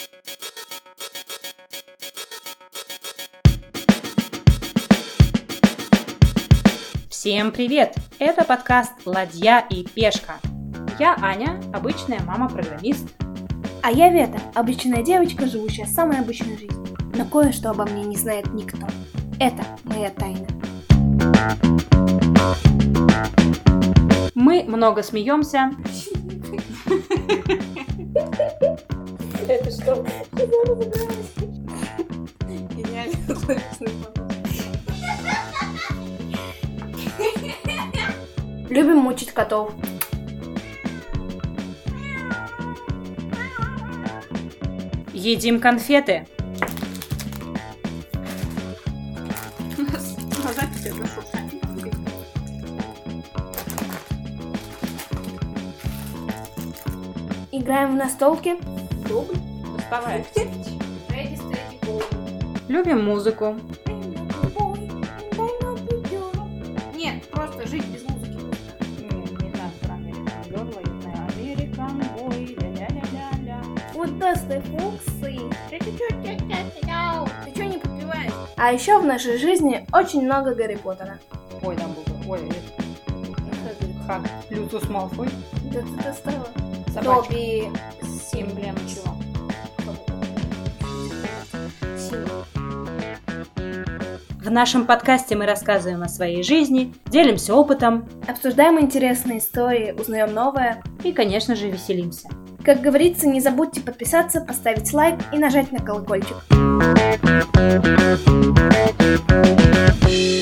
Всем привет! Это подкаст «Ладья и пешка». Я Аня, обычная мама-программист. А я Вета, обычная девочка, живущая самой обычной жизнью. Но кое-что обо мне не знает никто. Это моя тайна. Мы много смеемся. Это что? Гениальный словесный фокус. Любим мучить котов. Едим конфеты. На записи это шуршание. Играем в настолки. Дубль. Доставай. Ready, steady, go. Любим музыку. Нет, просто жить без музыки. Не знаю, про American Girl, я знаю American Boy, ля-ля-ля-ля-ля. Вот Дасты Фоксы. Ты чё не подпеваешь? А еще в нашей жизни очень много Гарри Поттера. Ой, там был. Ой, Хаг. Люциус Малфой. Да ты достала. Собачка. Добби. Эмблема чего? В нашем подкасте мы рассказываем о своей жизни, делимся опытом Обсуждаем интересные истории, узнаем новое. и, конечно же, веселимся. Как говорится, не забудьте подписаться, поставить лайк и нажать на колокольчик.